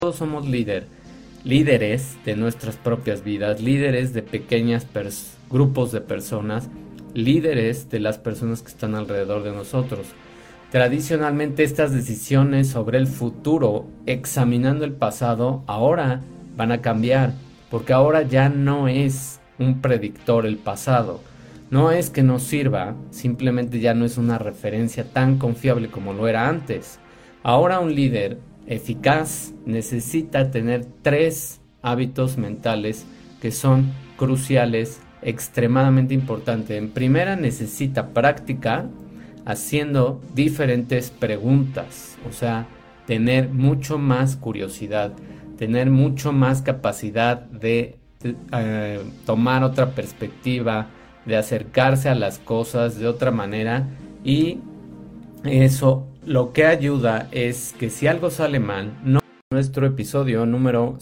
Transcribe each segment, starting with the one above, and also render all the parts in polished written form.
Todos somos líderes de nuestras propias vidas, líderes de pequeños grupos de personas, líderes de las personas que están alrededor de nosotros. Tradicionalmente estas decisiones sobre el futuro, examinando el pasado, ahora van a cambiar, porque ahora ya no es un predictor el pasado. No es que nos sirva, simplemente ya no es una referencia tan confiable como lo era antes. Ahora un líder eficaz necesita tener 3 hábitos mentales que son cruciales, extremadamente importantes. En primera, necesita práctica haciendo diferentes preguntas, o sea, tener mucho más curiosidad, tener mucho más capacidad de tomar otra perspectiva, de acercarse a las cosas de otra manera, y eso lo que ayuda es que si algo sale mal, no. Nuestro episodio número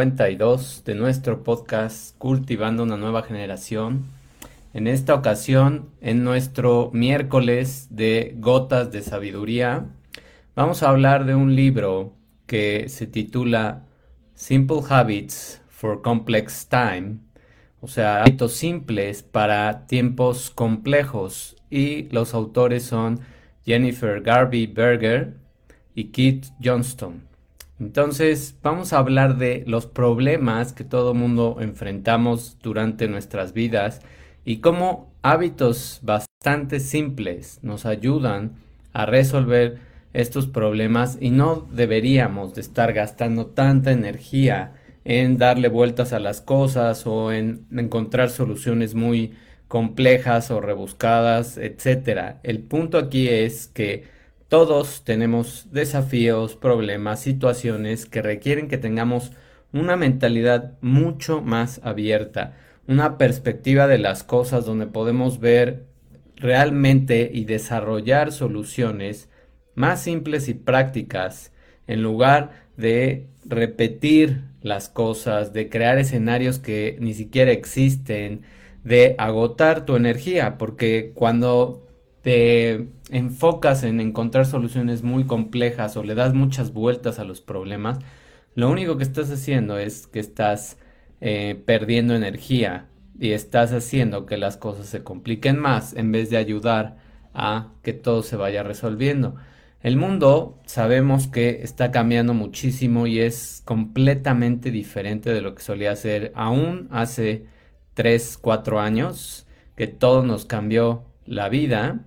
52 de nuestro podcast Cultivando una nueva generación. En esta ocasión, en nuestro miércoles de Gotas de Sabiduría, vamos a hablar de un libro que se titula Simple Habits for Complex Time, o sea, hábitos simples para tiempos complejos, y los autores son Jennifer Garvey Berger y Keith Johnston. Entonces vamos a hablar de los problemas que todo mundo enfrentamos durante nuestras vidas y cómo hábitos bastante simples nos ayudan a resolver estos problemas, y no deberíamos de estar gastando tanta energía en darle vueltas a las cosas o en encontrar soluciones muy complejas o rebuscadas, etcétera. El punto aquí es que todos tenemos desafíos, problemas, situaciones que requieren que tengamos una mentalidad mucho más abierta, una perspectiva de las cosas donde podemos ver realmente y desarrollar soluciones más simples y prácticas, en lugar de repetir las cosas, de crear escenarios que ni siquiera existen, de agotar tu energía, porque cuando te enfocas en encontrar soluciones muy complejas o le das muchas vueltas a los problemas, lo único que estás haciendo es que estás perdiendo energía y estás haciendo que las cosas se compliquen más en vez de ayudar a que todo se vaya resolviendo. El mundo sabemos que está cambiando muchísimo y es completamente diferente de lo que solía ser aún hace 3, 4 años, que todo nos cambió la vida.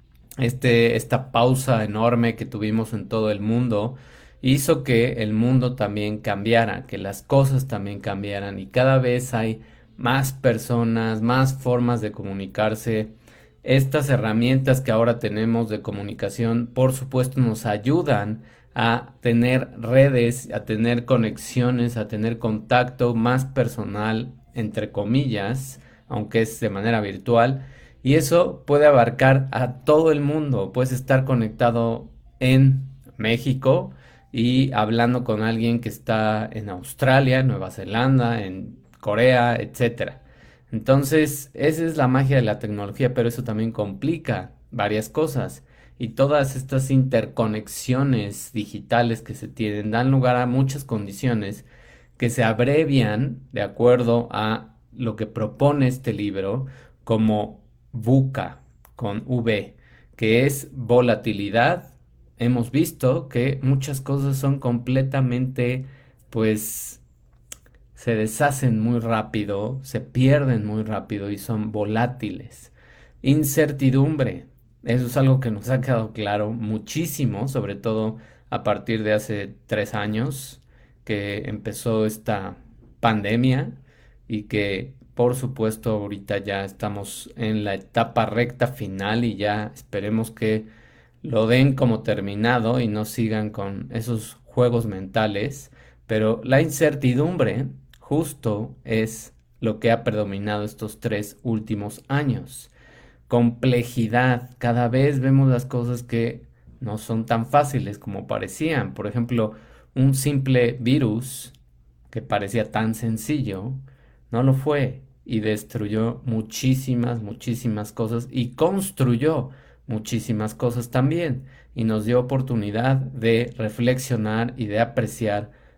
Esta pausa enorme que tuvimos en todo el mundo hizo que el mundo también cambiara, que las cosas también cambiaran, y cada vez hay más personas, más formas de comunicarse. Estas herramientas que ahora tenemos de comunicación, por supuesto, nos ayudan a tener redes, a tener conexiones, a tener contacto más personal, entre comillas, aunque es de manera virtual. Y eso puede abarcar a todo el mundo. Puedes estar conectado en México y hablando con alguien que está en Australia, Nueva Zelanda, en Corea, etcétera. Entonces, esa es la magia de la tecnología, pero eso también complica varias cosas. Y todas estas interconexiones digitales que se tienen dan lugar a muchas condiciones que se abrevian de acuerdo a lo que propone este libro como VUCA, con V, que es volatilidad. Hemos visto que muchas cosas son completamente, pues, se deshacen muy rápido, se pierden muy rápido y son volátiles. Incertidumbre, eso es algo que nos ha quedado claro muchísimo, sobre todo a partir de hace 3 años que empezó esta pandemia, y que por supuesto ahorita ya estamos en la etapa recta final y ya esperemos que lo den como terminado y no sigan con esos juegos mentales. Pero la incertidumbre justo es lo que ha predominado estos 3 últimos años. Complejidad, cada vez vemos las cosas que no son tan fáciles como parecían. Por ejemplo, un simple virus que parecía tan sencillo, no lo fue, y destruyó muchísimas cosas y construyó muchísimas cosas también, y nos dio oportunidad de reflexionar y de apreciar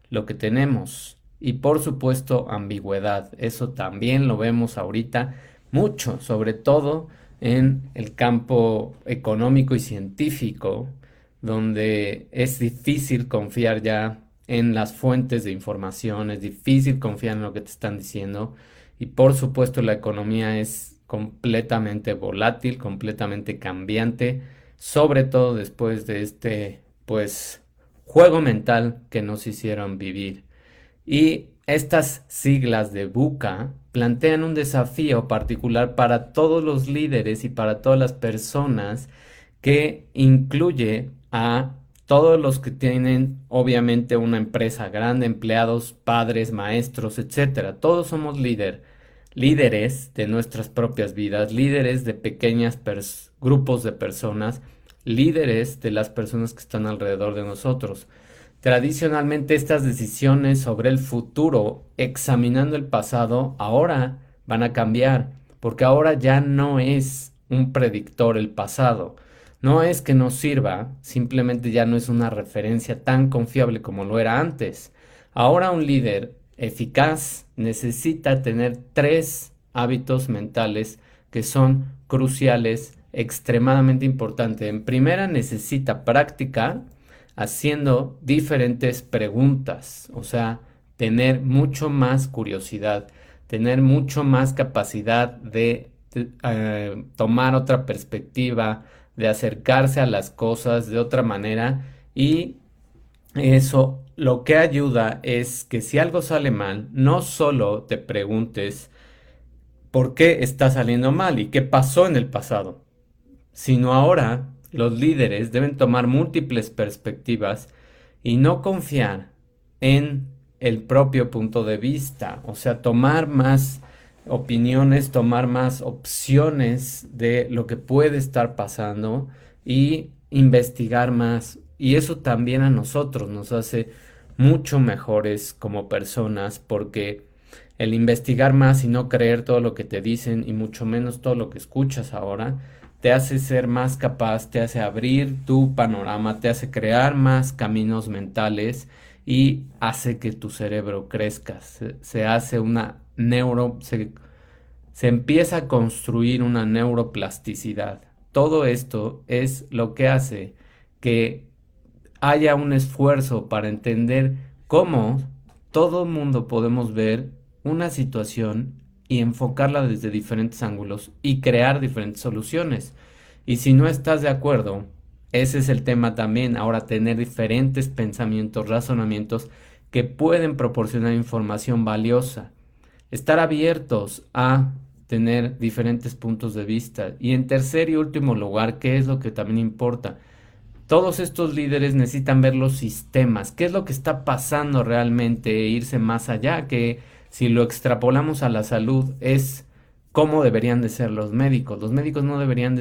lo que tenemos. Y por supuesto, ambigüedad. Eso también lo vemos ahorita mucho, sobre todo en el campo económico y científico, donde es difícil confiar ya en las fuentes de información, es difícil confiar en lo que te están diciendo y por supuesto la economía es completamente volátil, completamente cambiante, sobre todo después de este pues juego mental que nos hicieron vivir. Y estas siglas de VUCA plantean un desafío particular para todos los líderes y para todas las personas que incluye a todos los que tienen obviamente una empresa grande, empleados, padres, maestros, etcétera. Todos somos líderes de nuestras propias vidas, líderes de pequeños grupos de personas, líderes de las personas que están alrededor de nosotros. Tradicionalmente estas decisiones sobre el futuro, examinando el pasado, ahora van a cambiar, porque ahora ya no es un predictor el pasado. No es que no sirva, simplemente ya no es una referencia tan confiable como lo era antes. Ahora un líder eficaz necesita tener tres hábitos mentales que son cruciales, extremadamente importantes. En primera, necesita práctica haciendo diferentes preguntas, o sea, tener mucho más curiosidad, tener mucho más capacidad de tomar otra perspectiva, de acercarse a las cosas de otra manera y eso lo que ayuda es que si algo sale mal, no solo te preguntes por qué está saliendo mal y qué pasó en el pasado, sino ahora los líderes deben tomar múltiples perspectivas y no confiar en el propio punto de vista, o sea, tomar más opiniones, tomar más opciones de lo que puede estar pasando y investigar más. Y eso también a nosotros nos hace mucho mejores como personas porque el investigar más y no creer todo lo que te dicen y mucho menos todo lo que escuchas ahora, te hace ser más capaz, te hace abrir tu panorama, te hace crear más caminos mentales y hace que tu cerebro crezca. Se hace una se empieza a construir una neuroplasticidad. Todo esto es lo que hace que haya un esfuerzo para entender cómo todo el mundo podemos ver una situación y enfocarla desde diferentes ángulos y crear diferentes soluciones. Y si no estás de acuerdo, ese es el tema también. Ahora tener diferentes pensamientos, razonamientos que pueden proporcionar información valiosa. Estar abiertos a tener diferentes puntos de vista. Y en tercer y último lugar, ¿qué es lo que también importa? Todos estos líderes necesitan ver los sistemas, qué es lo que está pasando realmente, e irse más allá, que si lo extrapolamos a la salud es cómo deberían de ser los médicos. Los médicos no deberían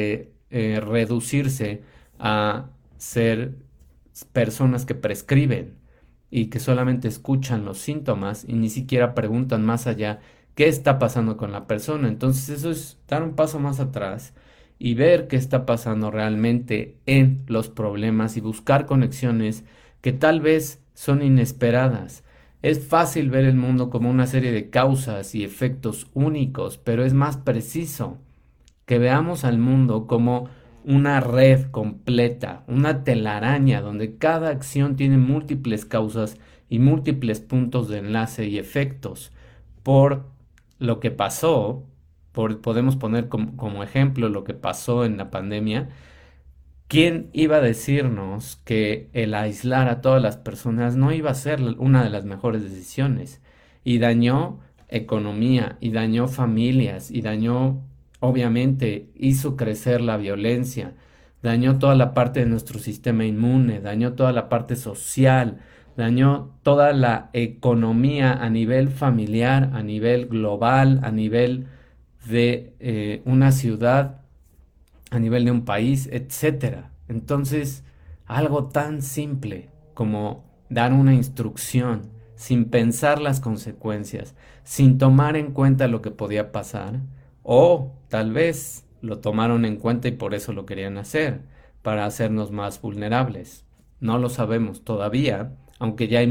de reducirse a ser personas que prescriben y que solamente escuchan los síntomas y ni siquiera preguntan más allá qué está pasando con la persona. Entonces eso es dar un paso más atrás y ver qué está pasando realmente en los problemas y buscar conexiones que tal vez son inesperadas. Es fácil ver el mundo como una serie de causas y efectos únicos, pero es más preciso que veamos al mundo como una red completa, una telaraña donde cada acción tiene múltiples causas y múltiples puntos de enlace y efectos. Por lo que pasó, podemos poner como ejemplo lo que pasó en la pandemia. ¿Quién iba a decirnos que el aislar a todas las personas no iba a ser una de las mejores decisiones? Y dañó economía, y dañó familias, y dañó, obviamente, hizo crecer la violencia, dañó toda la parte de nuestro sistema inmune, dañó toda la parte social, dañó toda la economía a nivel familiar, a nivel global, a nivel de una ciudad, a nivel de un país, etcétera. Entonces, algo tan simple como dar una instrucción sin pensar las consecuencias, sin tomar en cuenta lo que podía pasar, o tal vez lo tomaron en cuenta y por eso lo querían hacer, para hacernos más vulnerables. No lo sabemos todavía. aunque ya hay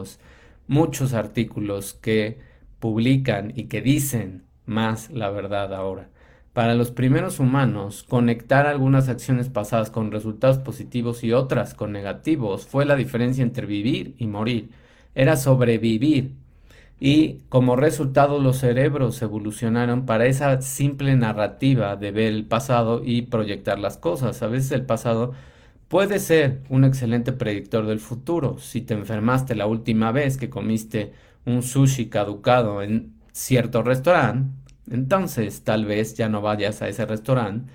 muchos artículos que publican y que dicen más la verdad ahora. Para los primeros humanos, conectar algunas acciones pasadas con resultados positivos y otras con negativos fue la diferencia entre vivir y morir. Era sobrevivir. Y como resultado los cerebros evolucionaron para esa simple narrativa de ver el pasado y proyectar las cosas. A veces el pasado puede ser un excelente predictor del futuro. Si te enfermaste la última vez que comiste un sushi caducado en cierto restaurante, entonces tal vez ya no vayas a ese restaurante.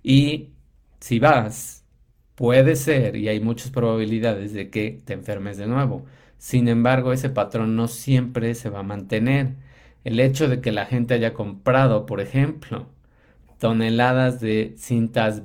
Y si vas, puede ser, y hay muchas probabilidades de que te enfermes de nuevo. Sin embargo, ese patrón no siempre se va a mantener. El hecho de que la gente haya comprado, por ejemplo, toneladas de cintas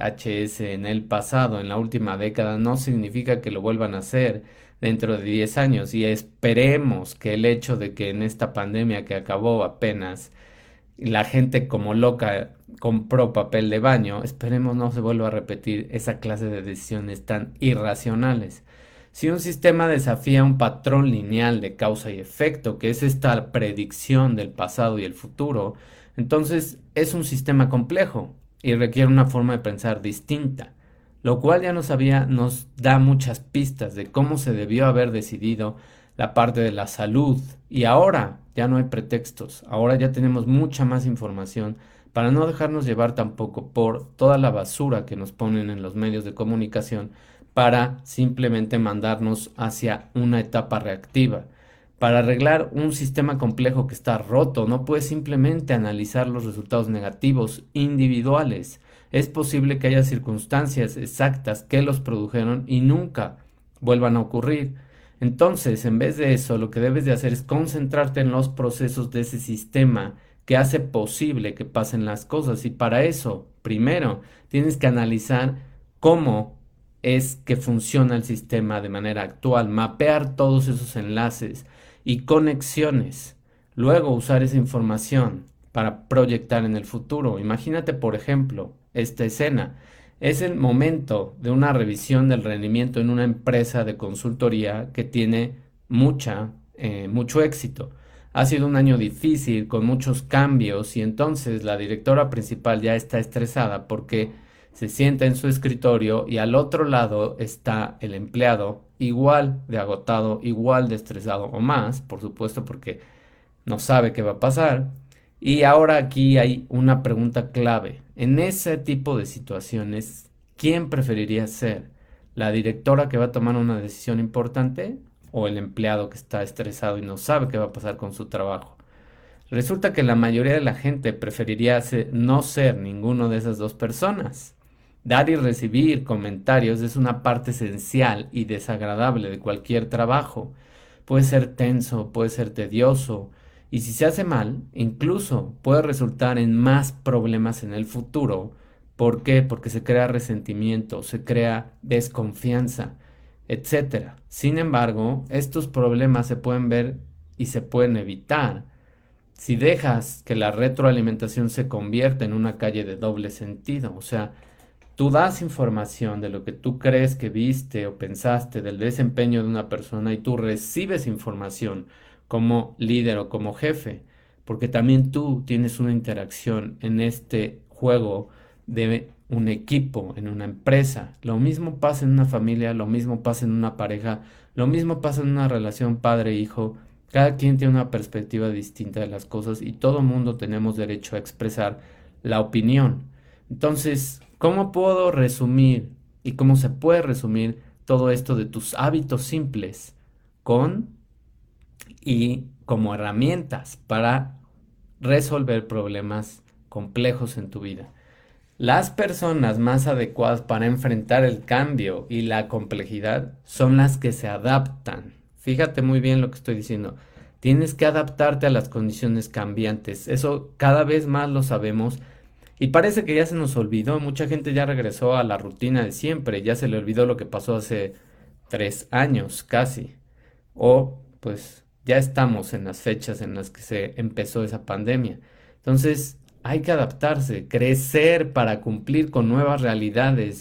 VHS en el pasado, en la última década, no significa que lo vuelvan a hacer dentro de 10 años. Y esperemos que el hecho de que en esta pandemia que acabó apenas, la gente como loca compró papel de baño, esperemos no se vuelva a repetir esa clase de decisiones tan irracionales. Si un sistema desafía un patrón lineal de causa y efecto, que es esta predicción del pasado y el futuro, entonces es un sistema complejo y requiere una forma de pensar distinta, lo cual ya nos da muchas pistas de cómo se debió haber decidido la parte de la salud. Y ahora ya no hay pretextos, ahora ya tenemos mucha más información para no dejarnos llevar tampoco por toda la basura que nos ponen en los medios de comunicación para simplemente mandarnos hacia una etapa reactiva. Para arreglar un sistema complejo que está roto, no puedes simplemente analizar los resultados negativos individuales. Es posible que haya circunstancias exactas que los produjeron y nunca vuelvan a ocurrir. Entonces, en vez de eso, lo que debes de hacer es concentrarte en los procesos de ese sistema que hace posible que pasen las cosas. Y para eso, primero, tienes que analizar cómo es que funciona el sistema de manera actual, mapear todos esos enlaces y conexiones. Luego usar esa información para proyectar en el futuro. Imagínate, por ejemplo, esta escena. Es el momento de una revisión del rendimiento en una empresa de consultoría que tiene mucho éxito. Ha sido un año difícil con muchos cambios y entonces la directora principal ya está estresada porque se sienta en su escritorio y al otro lado está el empleado igual de agotado, igual de estresado o más, por supuesto porque no sabe qué va a pasar. Y ahora aquí hay una pregunta clave. En ese tipo de situaciones, ¿quién preferiría ser? ¿La directora que va a tomar una decisión importante o el empleado que está estresado y no sabe qué va a pasar con su trabajo? Resulta que la mayoría de la gente preferiría no ser ninguno de esas dos personas. Dar y recibir comentarios es una parte esencial y desagradable de cualquier trabajo. Puede ser tenso, puede ser tedioso, y si se hace mal, incluso puede resultar en más problemas en el futuro. ¿Por qué? Porque se crea resentimiento, se crea desconfianza, etcétera. Sin embargo, estos problemas se pueden ver y se pueden evitar si dejas que la retroalimentación se convierta en una calle de doble sentido. O sea, tú das información de lo que tú crees que viste o pensaste del desempeño de una persona y tú recibes información como líder o como jefe, porque también tú tienes una interacción en este juego de un equipo, en una empresa. Lo mismo pasa en una familia, lo mismo pasa en una pareja, lo mismo pasa en una relación padre-hijo. Cada quien tiene una perspectiva distinta de las cosas y todo mundo tenemos derecho a expresar la opinión. Entonces, ¿cómo puedo resumir y cómo se puede resumir todo esto de tus hábitos simples con y como herramientas para resolver problemas complejos en tu vida? Las personas más adecuadas para enfrentar el cambio y la complejidad son las que se adaptan. Fíjate muy bien lo que estoy diciendo. Tienes que adaptarte a las condiciones cambiantes. Eso cada vez más lo sabemos y parece que ya se nos olvidó. Mucha gente ya regresó a la rutina de siempre. Ya se le olvidó lo que pasó hace 3 años casi. O pues ya estamos en las fechas en las que se empezó esa pandemia. Entonces hay que adaptarse, crecer para cumplir con nuevas realidades,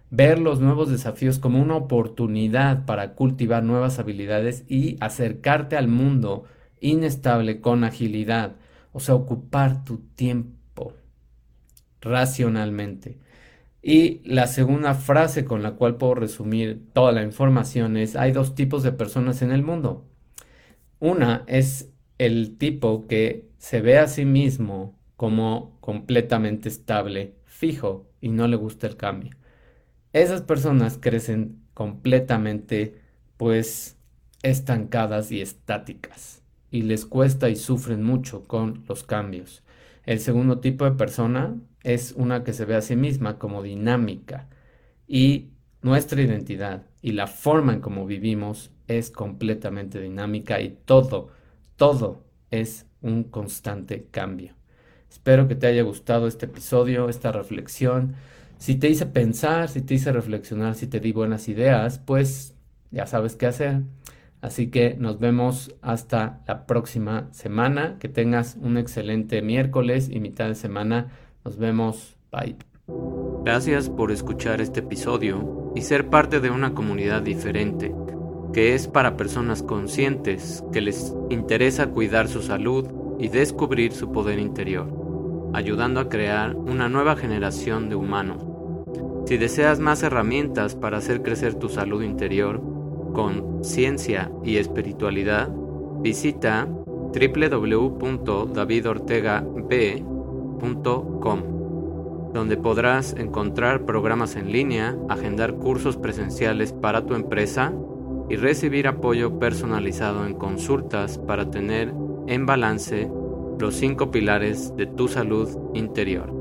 ver los nuevos desafíos como una oportunidad para cultivar nuevas habilidades y acercarte al mundo inestable con agilidad, o sea, ocupar tu tiempo racionalmente. Y la segunda frase con la cual puedo resumir toda la información es: hay dos tipos de personas en el mundo. Una es el tipo que se ve a sí mismo como completamente estable, fijo, y no le gusta el cambio. Esas personas crecen completamente, pues, estancadas y estáticas, y les cuesta y sufren mucho con los cambios. El segundo tipo de persona es una que se ve a sí misma como dinámica, y nuestra identidad y la forma en cómo vivimos es completamente dinámica, y todo es un constante cambio. Espero que te haya gustado este episodio, esta reflexión. Si te hice pensar, si te hice reflexionar, si te di buenas ideas, pues ya sabes qué hacer. Así que nos vemos hasta la próxima semana. Que tengas un excelente miércoles y mitad de semana. Nos vemos. Bye. Gracias por escuchar este episodio y ser parte de una comunidad diferente, que es para personas conscientes que les interesa cuidar su salud y descubrir su poder interior, ayudando a crear una nueva generación de humanos. Si deseas más herramientas para hacer crecer tu salud interior con ciencia y espiritualidad, visita www.davidortegab.com, donde podrás encontrar programas en línea, agendar cursos presenciales para tu empresa y recibir apoyo personalizado en consultas para tener en balance los 5 pilares de tu salud interior.